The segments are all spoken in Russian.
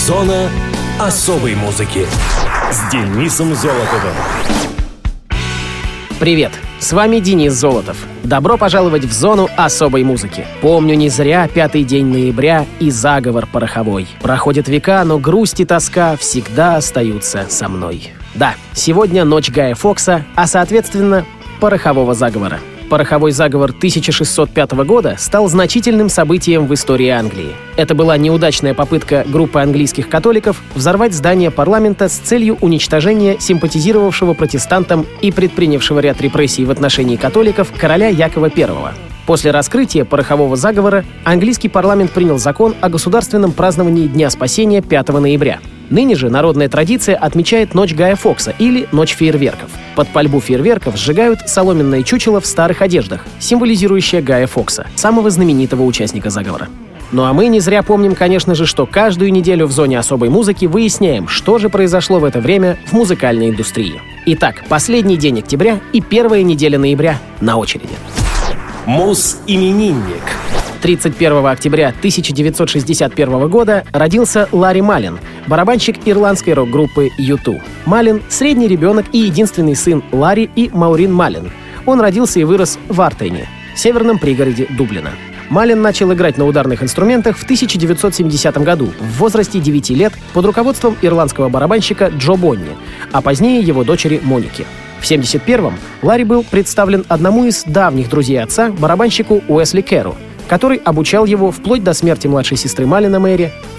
Зона особой музыки с Денисом Золотовым. Привет, с вами Денис Золотов. Добро пожаловать в зону особой музыки. Помню не зря 5-й день ноября и заговор пороховой. Проходят века, но грусть и тоска всегда остаются со мной. Да, сегодня ночь Гая Фокса, а соответственно порохового заговора. Пороховой заговор 1605 года стал значительным событием в истории Англии. Это была неудачная попытка группы английских католиков взорвать здание парламента с целью уничтожения симпатизировавшего протестантам и предпринявшего ряд репрессий в отношении католиков короля Якова I. После раскрытия порохового заговора английский парламент принял закон о государственном праздновании Дня Спасения 5 ноября. Ныне же народная традиция отмечает Ночь Гая Фокса или Ночь фейерверков. Под пальбу фейерверков сжигают соломенное чучело в старых одеждах, символизирующее Гая Фокса, самого знаменитого участника заговора. Ну а мы не зря помним, конечно же, что каждую неделю в зоне особой музыки выясняем, что же произошло в это время в музыкальной индустрии. Итак, последний день октября и первая неделя ноября на очереди. Мус-именинник. 31 октября 1961 года родился Ларри Малин, барабанщик ирландской рок-группы U2. Малин — средний ребенок и единственный сын Ларри и Маурин Малин. Он родился и вырос в Артене, северном пригороде Дублина. Малин начал играть на ударных инструментах в 1970 году, в возрасте 9 лет, под руководством ирландского барабанщика Джо Бонни, а позднее его дочери Моники. В 1971-м Ларри был представлен одному из давних друзей отца, барабанщику Уэсли Керу, который обучал его вплоть до смерти младшей сестры Малина Мэри в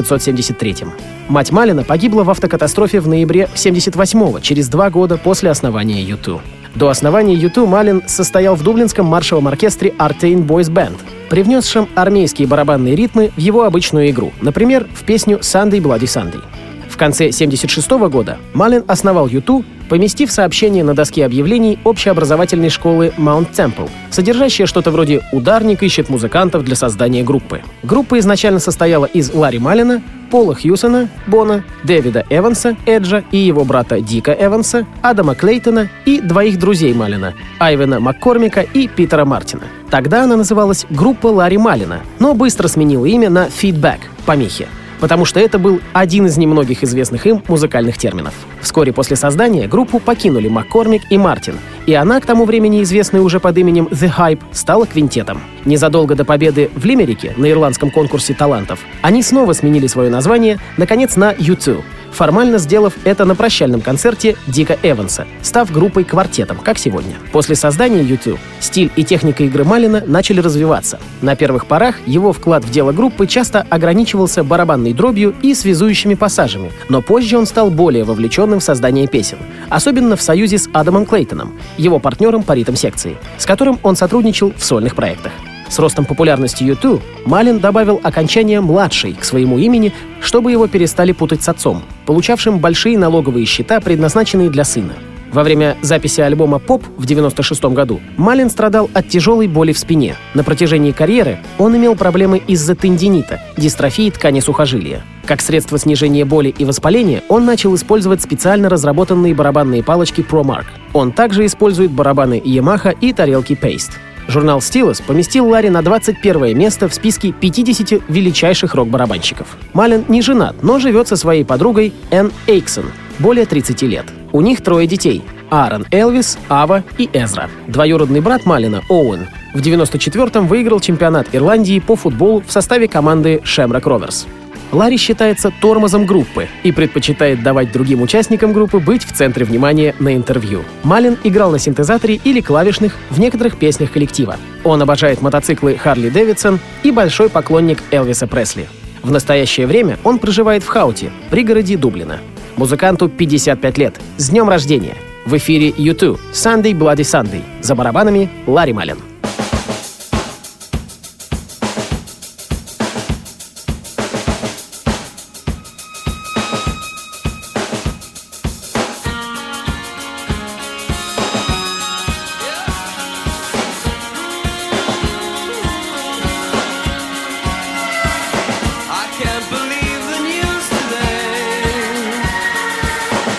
1973-м. Мать Малина погибла в автокатастрофе в ноябре 1978-го, через 2 года после основания U2. До основания U2 Малин состоял в дублинском маршевом оркестре Artane Boys Band, привнесшем армейские барабанные ритмы в его обычную игру, например, в песню «Sunday Bloody Sunday». В конце 1976 года Малин основал U2, поместив сообщение на доске объявлений общеобразовательной школы Маунт Темпл, содержащее что-то вроде «Ударник ищет музыкантов для создания группы». Группа изначально состояла из Ларри Малина, Пола Хьюсона, Бона, Дэвида Эванса, Эджа и его брата Дика Эванса, Адама Клейтона и 2 друзей Малина — Айвена Маккормика и Питера Мартина. Тогда она называлась группа Ларри Малина, но быстро сменила имя на «Feedback» — «Помехи», потому что это был один из немногих известных им музыкальных терминов. Вскоре после создания группу покинули Маккормик и Мартин, и она, к тому времени известная уже под именем The Hype, стала квинтетом. Незадолго до победы в Лимерике на ирландском конкурсе талантов они снова сменили свое название, наконец, на U2, формально сделав это на прощальном концерте Дика Эванса, став группой-квартетом, как сегодня. После создания U2 стиль и техника игры Малина начали развиваться. На первых порах его вклад в дело группы часто ограничивался барабанной дробью и связующими пассажами, но позже он стал более вовлеченным в создание песен, особенно в союзе с Адамом Клейтоном, его партнером по ритм-секции, с которым он сотрудничал в сольных проектах. С ростом популярности U2 Малин добавил окончание «младший» к своему имени, чтобы его перестали путать с отцом, получавшим большие налоговые счета, предназначенные для сына. Во время записи альбома «Поп» в 1996 году Малин страдал от тяжелой боли в спине. На протяжении карьеры он имел проблемы из-за тендинита, дистрофии ткани сухожилия. Как средство снижения боли и воспаления он начал использовать специально разработанные барабанные палочки ProMark. Он также использует барабаны Yamaha и тарелки Paste. Журнал Stylus поместил Ларри на 21 место в списке 50 величайших рок-барабанщиков. Малин не женат, но живет со своей подругой Энн Эйксон, более 30 лет. У них 3 детей — Аарон, Элвис, Ава и Эзра. Двоюродный брат Малина, Оуэн, в 1994-м выиграл чемпионат Ирландии по футболу в составе команды Shamrock Rovers. Ларри считается тормозом группы и предпочитает давать другим участникам группы быть в центре внимания на интервью. Малин играл на синтезаторе или клавишных в некоторых песнях коллектива. Он обожает мотоциклы Харли Дэвидсон и большой поклонник Элвиса Пресли. В настоящее время он проживает в Хауте, пригороде Дублина. Музыканту 55 лет. С днем рождения! В эфире U2 «Sunday Bloody Sunday». За барабанами Ларри Малин.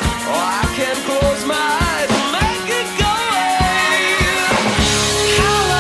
Close my eyes and make it go away.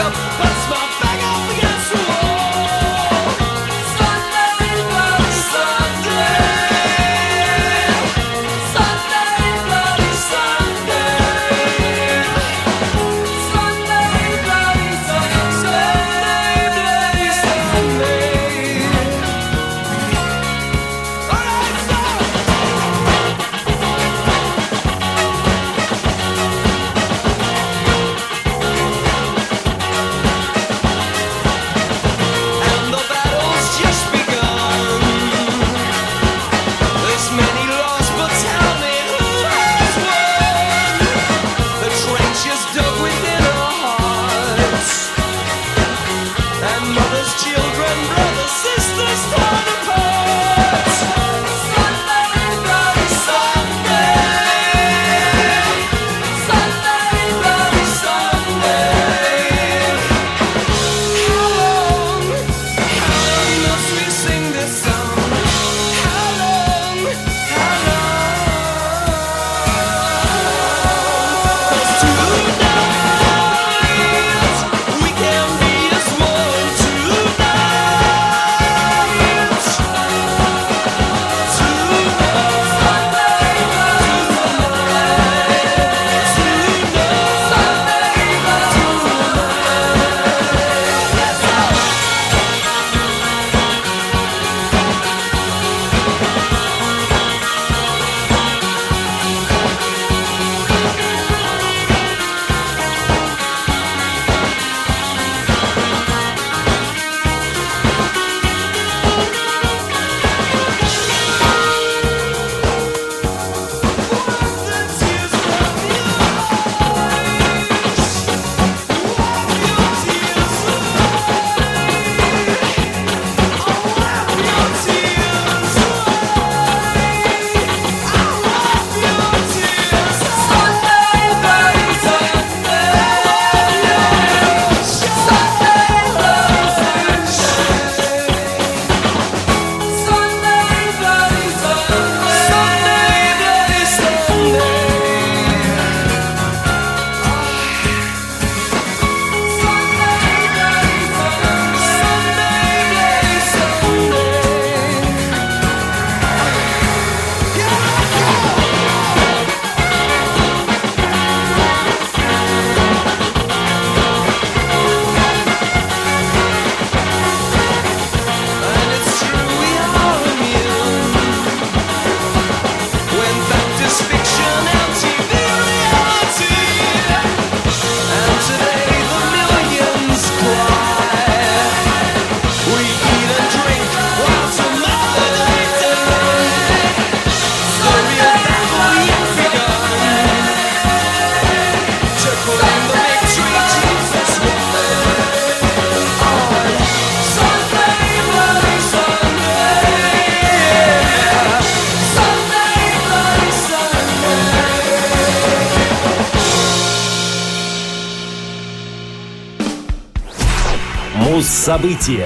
Муз-события.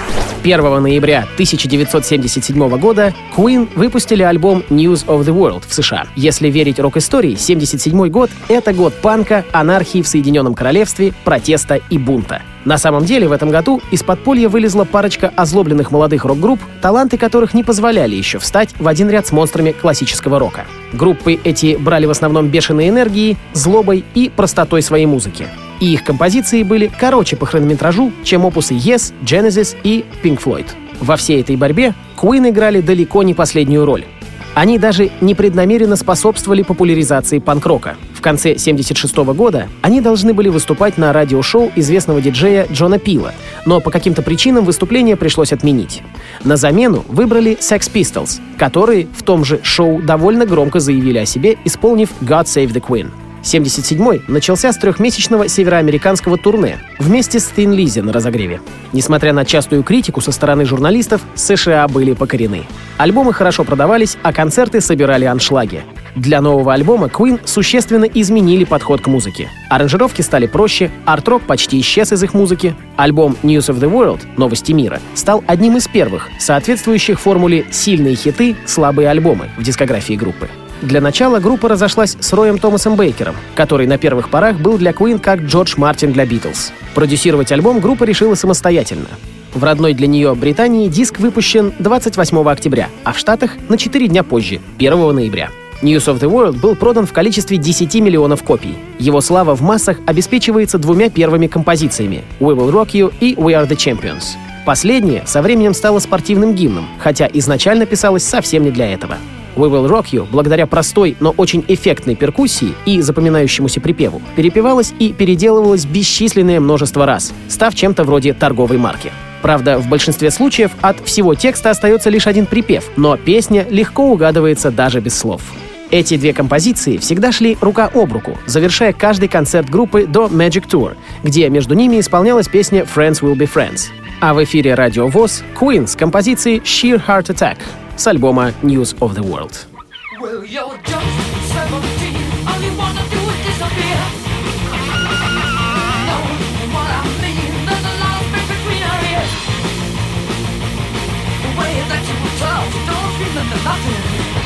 1 ноября 1977 года Queen выпустили альбом News of the World в США. Если верить рок-истории, 1977 год — это год панка, анархии в Соединенном Королевстве, протеста и бунта. На самом деле в этом году из подполья вылезла парочка озлобленных молодых рок-групп, таланты которых не позволяли еще встать в один ряд с монстрами классического рока. Группы эти брали в основном бешеной энергией, злобой и простотой своей музыки. И их композиции были короче по хронометражу, чем опусы Yes, Genesis и Pink Floyd. Во всей этой борьбе Queen играли далеко не последнюю роль. Они даже непреднамеренно способствовали популяризации панк-рока. В конце 1976 года они должны были выступать на радиошоу известного диджея Джона Пила, но по каким-то причинам выступление пришлось отменить. На замену выбрали Sex Pistols, которые в том же шоу довольно громко заявили о себе, исполнив God Save the Queen. 1977 начался с трехмесячного североамериканского турне вместе с Thin Lizzy на разогреве. Несмотря на частую критику со стороны журналистов, США были покорены. Альбомы хорошо продавались, а концерты собирали аншлаги. Для нового альбома Queen существенно изменили подход к музыке. Аранжировки стали проще, арт-рок почти исчез из их музыки. Альбом News of the World — Новости мира стал одним из первых, соответствующих формуле «сильные хиты, слабые альбомы» в дискографии группы. Для начала группа разошлась с Роем Томасом Бейкером, который на первых порах был для Queen как Джордж Мартин для Beatles. Продюсировать альбом группа решила самостоятельно. В родной для нее Британии диск выпущен 28 октября, а в Штатах на 4 дня позже, 1 ноября. News of the World был продан в количестве 10 миллионов копий. Его слава в массах обеспечивается двумя первыми композициями «We Will Rock You» и «We Are the Champions». Последнее со временем стало спортивным гимном, хотя изначально писалось совсем не для этого. «We Will Rock You» благодаря простой, но очень эффектной перкуссии и запоминающемуся припеву перепевалась и переделывалась бесчисленное множество раз, став чем-то вроде торговой марки. Правда, в большинстве случаев от всего текста остается лишь один припев, но песня легко угадывается даже без слов. Эти две композиции всегда шли рука об руку, завершая каждый концерт группы до Magic Tour, где между ними исполнялась песня «Friends Will Be Friends». А в эфире Радио ВОС Queen с композицией «Sheer Heart Attack» с альбома News of the World. Well, you're just 17, all you wanna do is disappear. Know what I mean? There's a lot of space between our ears. The way that you talk, you don't feel like nothing.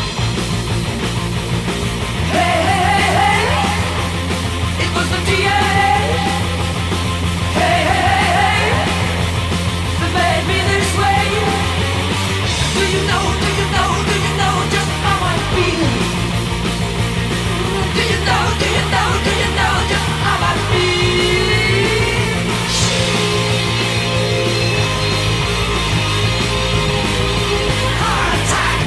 Hey, hey, hey, hey, it was the DNA. Hey, hey, hey, hey, that made me this way. Do you know just how I feel? Do you know just how I feel? Heart attack.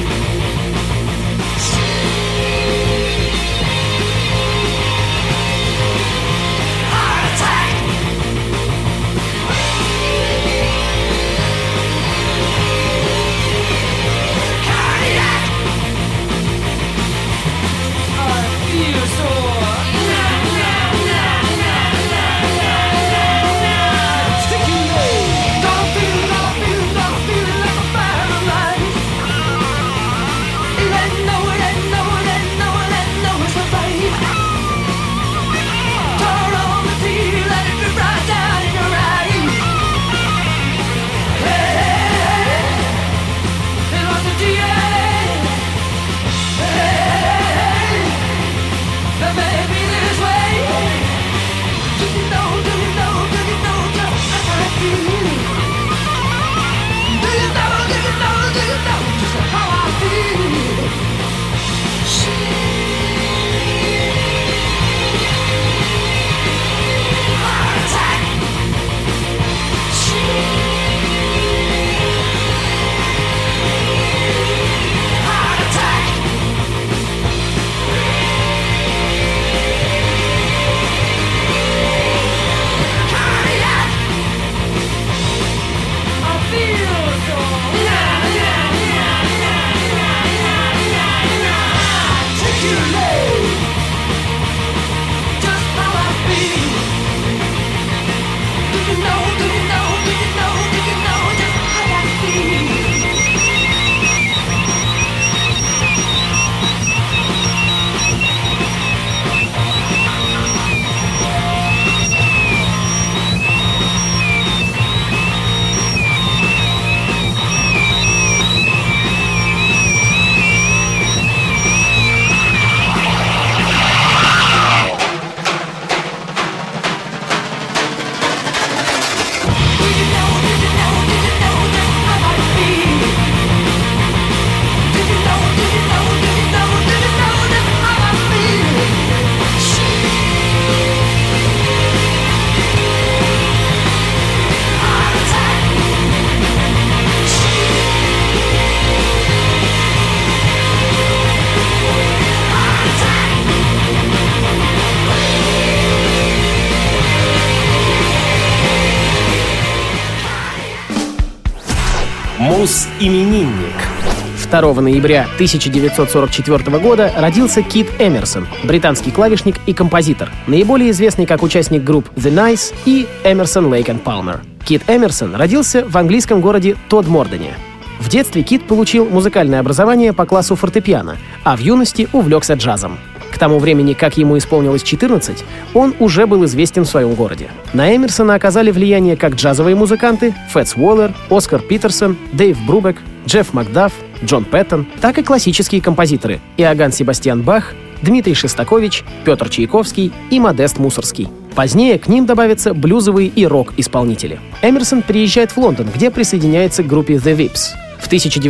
Heart attack. Cardiac. I feel so. Don't feel like a paralyzed. It ain't no, it's a fight. Turn on the TV, let it drip right down in your eyes. Hey, it was the DNA. Hey, that made me this way. Do you know just how I feel? Do you know just how I feel? Heart attack. Heart attack. Cardiac. I feel so. Articulate just how I feel. Do you know just how I feel? Do you know just how I feel? Do you know just how I feel? Heart attack. Heart attack. Мус-именинник. 2 ноября 1944 года родился Кит Эмерсон, британский клавишник и композитор, наиболее известный как участник групп The Nice и Эмерсон, Лейк энд Палмер. Кит Эмерсон родился в английском городе Тодмордене. В детстве Кит получил музыкальное образование по классу фортепиано, а в юности увлекся джазом. К тому времени, как ему исполнилось 14, он уже был известен в своем городе. На Эмерсона оказали влияние как джазовые музыканты Фэтс Уоллер, Оскар Питерсон, Дэйв Брубек, Джефф Макдаф, Джон Пэттон, так и классические композиторы Иоганн Себастьян Бах, Дмитрий Шостакович, Петр Чайковский и Модест Мусорский. Позднее к ним добавятся блюзовые и рок-исполнители. Эмерсон переезжает в Лондон, где присоединяется к группе The Vips. В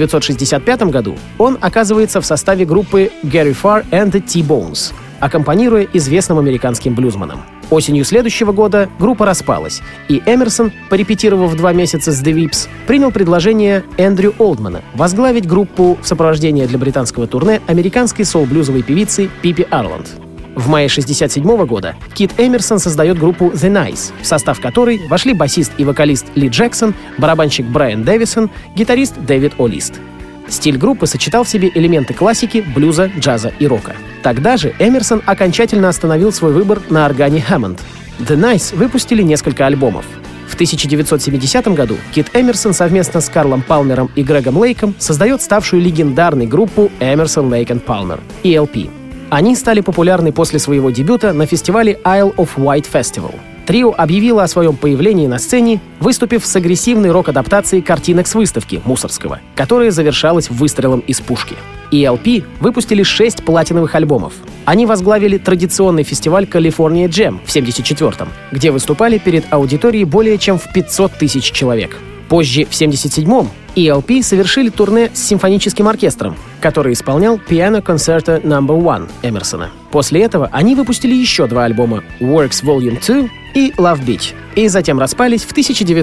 1965 году он оказывается в составе группы Gary Farr and the T-Bones, аккомпанируя известным американским блюзманам. Осенью следующего года группа распалась, и Эмерсон, порепетировав 2 месяца с The Vips, принял предложение Эндрю Олдмана возглавить группу в сопровождении для британского турне американской соул-блюзовой певицы Пиппи Арланд. В мае 1967 года Кит Эмерсон создает группу The Nice, в состав которой вошли басист и вокалист Ли Джексон, барабанщик Брайан Дэвисон, гитарист Дэвид О'Лист. Стиль группы сочетал в себе элементы классики, блюза, джаза и рока. Тогда же Эмерсон окончательно остановил свой выбор на органе Хэммонд. The Nice выпустили несколько альбомов. В 1970 году Кит Эмерсон совместно с Карлом Палмером и Грегом Лейком создает ставшую легендарной группу Emerson, Lake and Palmer, ELP. Они стали популярны после своего дебюта на фестивале Isle of Wight Festival. Трио объявило о своем появлении на сцене, выступив с агрессивной рок-адаптацией картинок с выставки Мусорского, которая завершалась выстрелом из пушки. ELP выпустили 6 платиновых альбомов. Они возглавили традиционный фестиваль California Jam в 1974-м, где выступали перед аудиторией более чем в 500 тысяч человек. Позже, в 1977-м, ELP совершили турне с симфоническим оркестром, который исполнял Piano Concerto No. 1 Эмерсона. После этого они выпустили еще 2 альбома Works Volume 2 и Love Beach, и затем распались в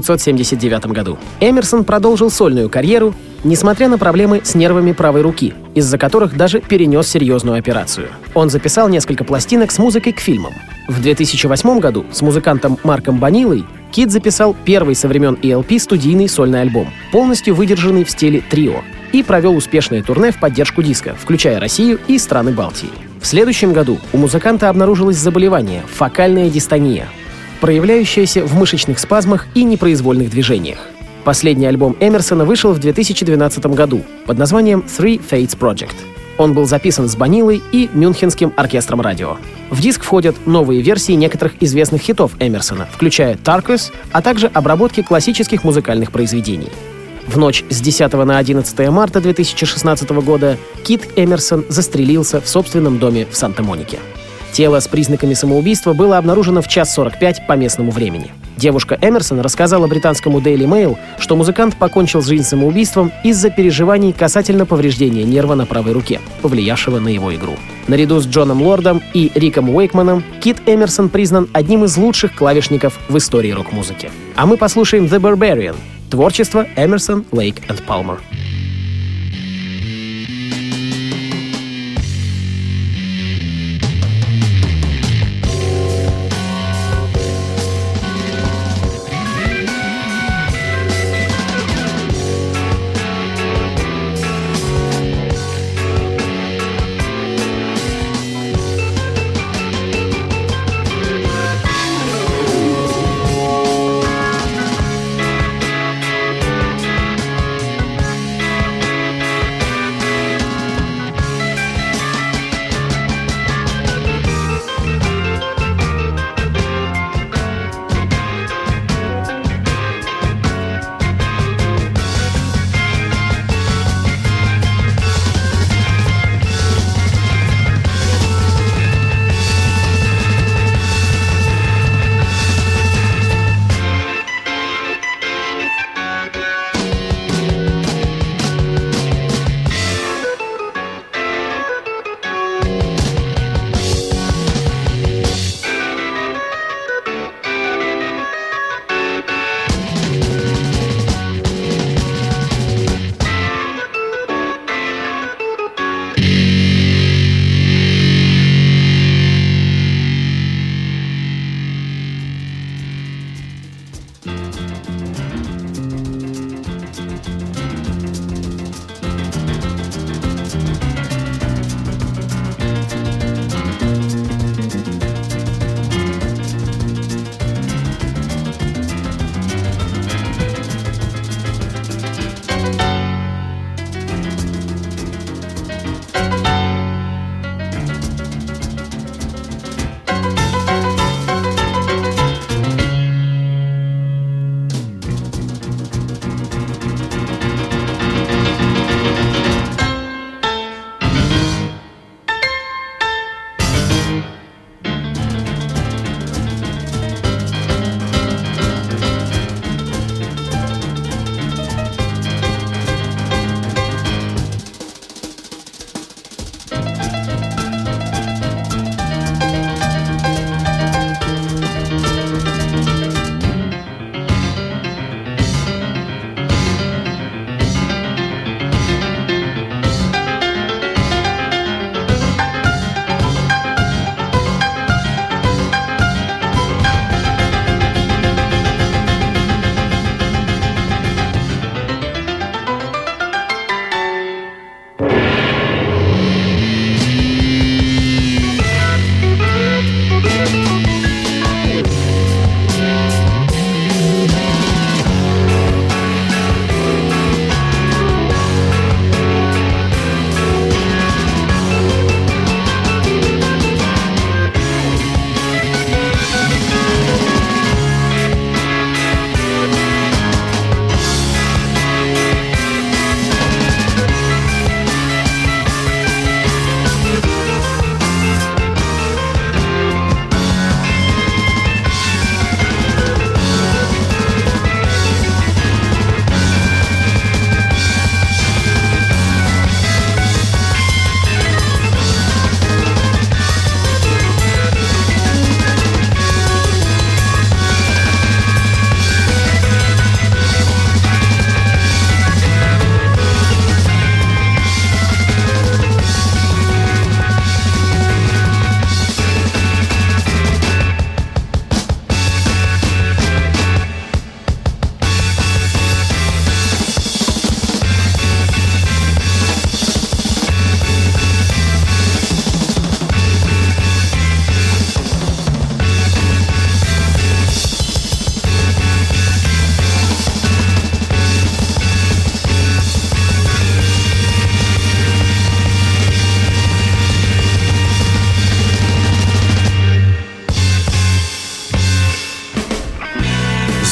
1979 году. Эмерсон продолжил сольную карьеру, несмотря на проблемы с нервами правой руки, из-за которых даже перенес серьезную операцию. Он записал несколько пластинок с музыкой к фильмам. В 2008 году с музыкантом Марком Банилой Кит записал первый со времен ELP студийный сольный альбом, полностью выдержанный в стиле трио, и провел успешное турне в поддержку диска, включая Россию и страны Балтии. В следующем году у музыканта обнаружилось заболевание — фокальная дистония, проявляющаяся в мышечных спазмах и непроизвольных движениях. Последний альбом Эмерсона вышел в 2012 году под названием Three Fates Project. Он был записан с Банилой и Мюнхенским оркестром радио. В диск входят новые версии некоторых известных хитов Эмерсона, включая «Tarkus», а также обработки классических музыкальных произведений. В ночь с 10 на 11 марта 2016 года Кит Эмерсон застрелился в собственном доме в Санта-Монике. Тело с признаками самоубийства было обнаружено в 1:45 по местному времени. Девушка Эмерсона рассказала британскому Daily Mail, что музыкант покончил жизнь самоубийством из-за переживаний касательно повреждения нерва на правой руке, повлиявшего на его игру. Наряду с Джоном Лордом и Риком Уэйкманом Кит Эмерсон признан одним из лучших клавишников в истории рок-музыки. А мы послушаем The Barbarian — творчество Эмерсон, Лейк and Palmer.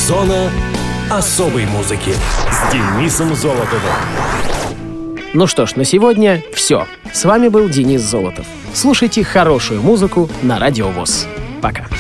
Зона особой музыки с Денисом Золотовым. Ну что ж, на сегодня все. С вами был Денис Золотов. Слушайте хорошую музыку на Радио ВОС. Пока.